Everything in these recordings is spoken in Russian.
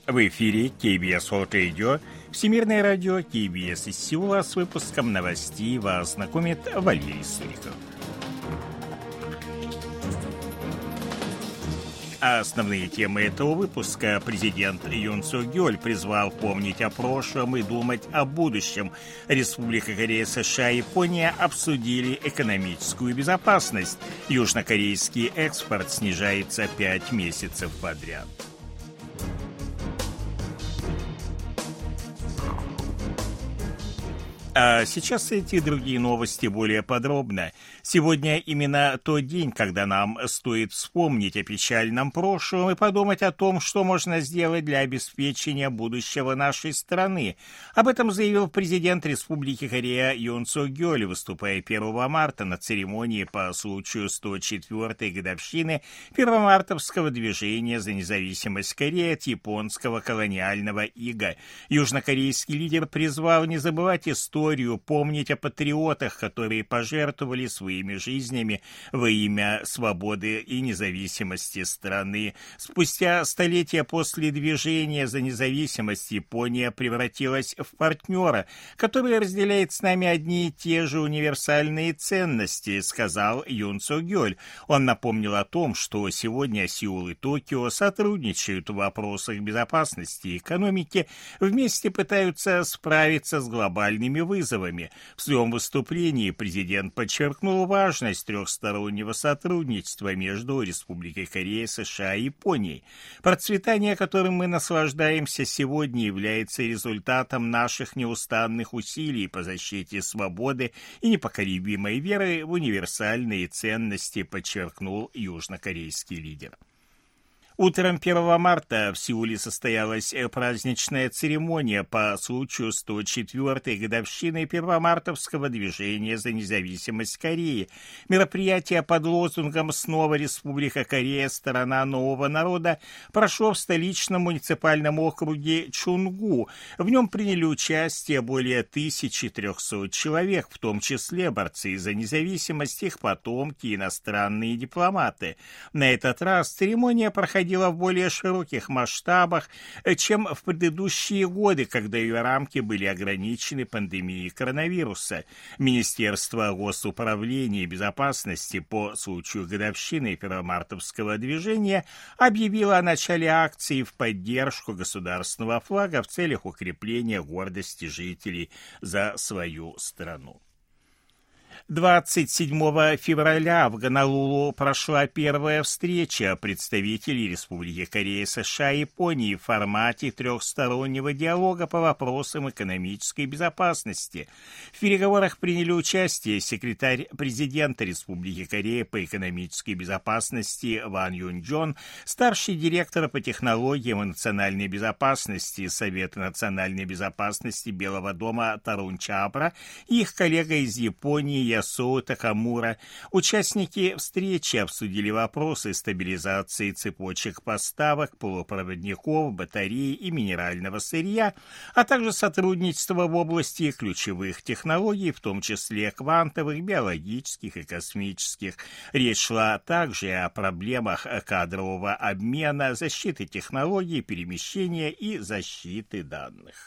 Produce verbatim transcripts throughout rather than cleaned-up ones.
В эфире кей би эс World Radio, Всемирное радио кей би эс из Сеула. С выпуском новостей вас знакомит Валерий Суриков. Основные темы этого выпуска. Президент Юн Сук Гёль призвал помнить о прошлом и думать о будущем. Республика Корея, США и Япония обсудили экономическую безопасность. Южнокорейский экспорт снижается пять месяцев подряд. А сейчас эти и другие новости более подробно. Сегодня именно тот день, когда нам стоит вспомнить о печальном прошлом и подумать о том, что можно сделать для обеспечения будущего нашей страны. Об этом заявил президент Республики Корея Юн Сук Гёль, выступая первого марта на церемонии по случаю сто четвёртой годовщины первомартовского движения за независимость Кореи от японского колониального ига. Южнокорейский лидер призвал не забывать историю, помнить о патриотах, которые пожертвовали своими жизнями во имя свободы и независимости страны. Спустя столетия после движения за независимость Япония превратилась в партнера, который разделяет с нами одни и те же универсальные ценности, сказал Юн Сук Гёль. Он напомнил о том, что сегодня Сеул и Токио сотрудничают в вопросах безопасности и экономики, вместе пытаются справиться с глобальными вызовами. вызовами. В своем выступлении президент подчеркнул важность трехстороннего сотрудничества между Республикой Корея, США и Японией. Процветание, которым мы наслаждаемся сегодня, является результатом наших неустанных усилий по защите свободы и непоколебимой веры в универсальные ценности, подчеркнул южнокорейский лидер. Утром первого марта в Сеуле состоялась праздничная церемония по случаю сто четвёртой годовщины первомартовского движения за независимость Кореи. Мероприятие под лозунгом «Снова Республика Корея, сторона нового народа» прошло в столичном муниципальном округе Чунгу. В нем приняли участие более тысячи трехсот человек, в том числе борцы за независимость, их потомки, иностранные дипломаты. На этот раз церемония проходила в более широких масштабах, чем в предыдущие годы, когда ее рамки были ограничены пандемией коронавируса. Министерство госуправления и безопасности по случаю годовщины первомартовского движения объявило о начале акции в поддержку государственного флага в целях укрепления гордости жителей за свою страну. двадцать седьмого февраля в Гонолулу прошла первая встреча представителей Республики Корея, США и Японии в формате трехстороннего диалога по вопросам экономической безопасности. В переговорах приняли участие секретарь президента Республики Корея по экономической безопасности Ван Юн Джон, старший директор по технологиям и национальной безопасности Совета национальной безопасности Белого дома Тарун Чабра и их коллега из Японии Ясуо Такамура. Участники встречи обсудили вопросы стабилизации цепочек поставок, полупроводников, батарей и минерального сырья, а также сотрудничество в области ключевых технологий, в том числе квантовых, биологических и космических. Речь шла также о проблемах кадрового обмена, защиты технологий, перемещения и защиты данных.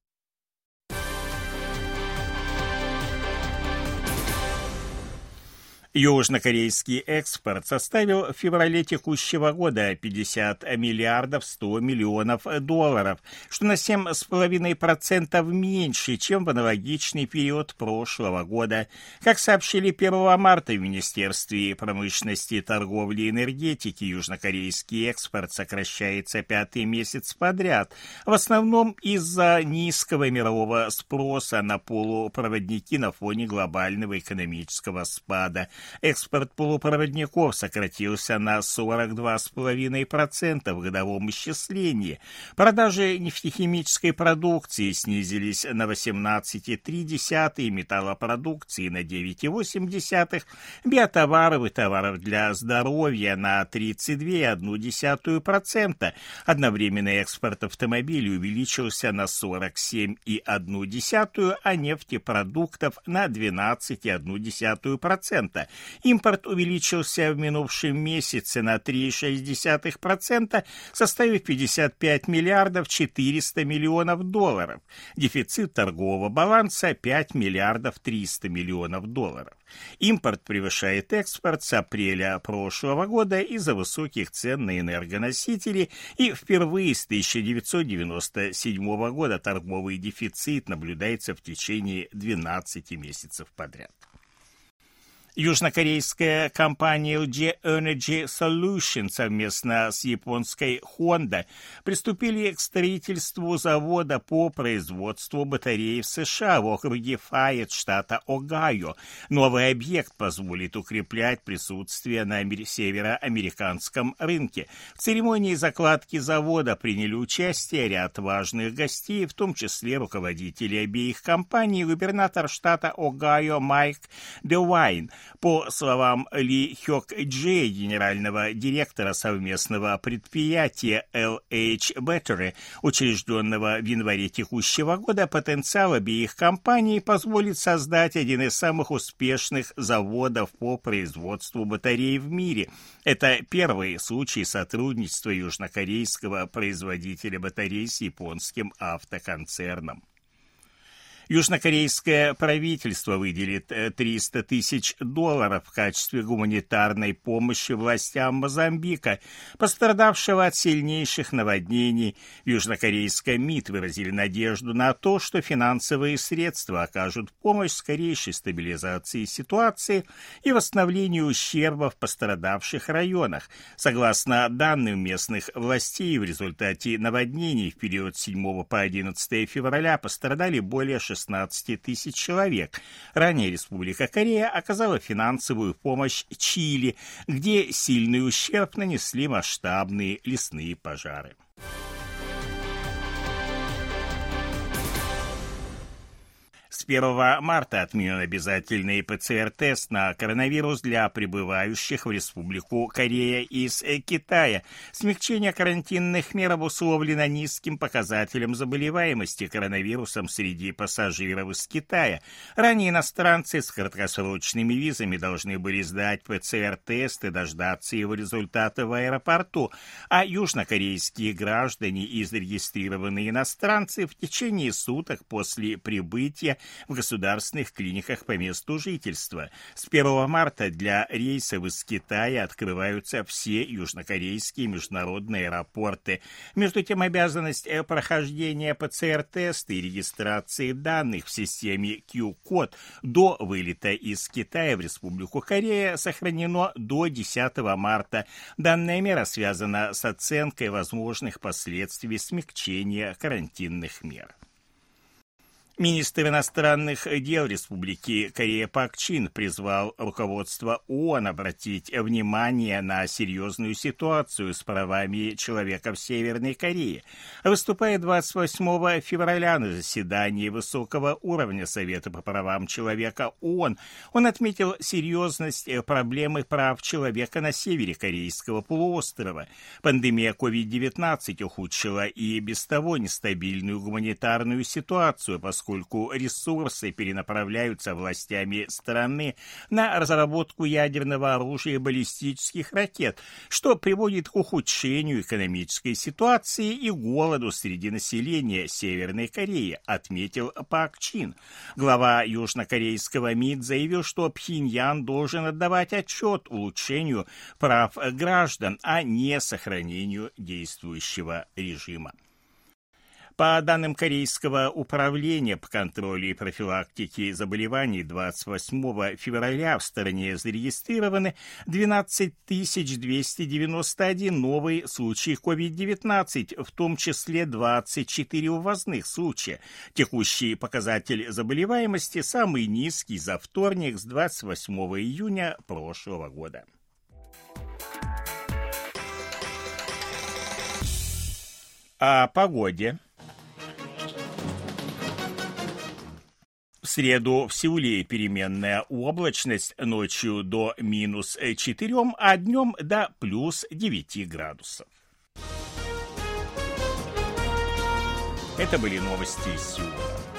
Южнокорейский экспорт составил в феврале текущего года пятьдесят миллиардов сто миллионов долларов, что на семь целых пять десятых процента меньше, чем в аналогичный период прошлого года. Как сообщили первого марта в Министерстве промышленности, торговли и энергетики, южнокорейский экспорт сокращается пятый месяц подряд, в основном из-за низкого мирового спроса на полупроводники на фоне глобального экономического спада. Экспорт полупроводников сократился на сорок два целых пять десятых процента в годовом исчислении. Продажи нефтехимической продукции снизились на восемнадцать целых три десятых процента, металлопродукции на девять целых восемь десятых процента, биотоваров и товаров для здоровья на тридцать два целых одна десятая процента. Одновременно экспорт автомобилей увеличился на сорок семь целых одна десятая процента, а нефтепродуктов на двенадцать целых одна десятая процента. Импорт увеличился в минувшем месяце на три целых шесть десятых процента, составив пятьдесят пять миллиардов четыреста миллионов долларов. Дефицит торгового баланса – пять миллиардов триста миллионов долларов. Импорт превышает экспорт с апреля прошлого года из-за высоких цен на энергоносители, и впервые с тысяча девятьсот девяносто седьмого года торговый дефицит наблюдается в течение двенадцати месяцев подряд. Южнокорейская компания эл джи Energy Solution совместно с японской Honda приступили к строительству завода по производству батарей в США в округе Файет, штата Огайо. Новый объект позволит укреплять присутствие на североамериканском рынке. В церемонии закладки завода приняли участие ряд важных гостей, в том числе руководители обеих компаний и губернатор штата Огайо Майк Девайн. По словам Ли Хёк Джей, генерального директора совместного предприятия эл эйч Battery, учрежденного в январе текущего года, потенциал обеих компаний позволит создать один из самых успешных заводов по производству батарей в мире. Это первый случай сотрудничества южнокорейского производителя батарей с японским автоконцерном. Южнокорейское правительство выделит триста тысяч долларов в качестве гуманитарной помощи властям Мозамбика, пострадавшего от сильнейших наводнений. В южнокорейском МИД выразили надежду на то, что финансовые средства окажут помощь скорейшей стабилизации ситуации и восстановлению ущерба в пострадавших районах. Согласно данным местных властей, в результате наводнений в период с седьмого по одиннадцатое февраля пострадали более шестнадцати тысяч человек. Ранее Республика Корея оказала финансовую помощь Чили, где сильный ущерб нанесли масштабные лесные пожары. С первого марта отменен обязательный пэ цэ эр-тест на коронавирус для прибывающих в Республику Корея из Китая. Смягчение карантинных мер обусловлено низким показателем заболеваемости коронавирусом среди пассажиров из Китая. Ранее иностранцы с краткосрочными визами должны были сдать пэ цэ эр-тест и дождаться его результата в аэропорту, а южнокорейские граждане и зарегистрированные иностранцы в течение суток после прибытия в государственных клиниках по месту жительства. С первого марта для рейсов из Китая открываются все южнокорейские международные аэропорты. Между тем, обязанность прохождения пэ цэ эр-теста и регистрации данных в системе Q-код до вылета из Китая в Республику Корея сохранено до десятого марта. Данная мера связана с оценкой возможных последствий смягчения карантинных мер. Министр иностранных дел Республики Корея Пак Чин призвал руководство ООН обратить внимание на серьезную ситуацию с правами человека в Северной Корее. Выступая двадцать восьмого февраля на заседании высокого уровня Совета по правам человека ООН, он отметил серьезность проблемы прав человека на севере Корейского полуострова. Пандемия ковид девятнадцать ухудшила и без того нестабильную гуманитарную ситуацию, поскольку поскольку ресурсы перенаправляются властями страны на разработку ядерного оружия и баллистических ракет, что приводит к ухудшению экономической ситуации и голоду среди населения Северной Кореи, отметил Пак Чин. Глава южнокорейского МИД заявил, что Пхеньян должен отдавать отчет улучшению прав граждан, а не сохранению действующего режима. По данным Корейского управления по контролю и профилактике заболеваний, двадцать восьмого февраля в стране зарегистрированы двенадцать тысяч двести девяносто один новые случаи ковид девятнадцать, в том числе двадцать четыре ввозных случая. Текущий показатель заболеваемости самый низкий за вторник с двадцать восьмого июня прошлого года. О погоде. В среду в Сеуле переменная облачность, ночью до минус четырем, а днем до плюс девяти градусов. Это были новости из Сеула.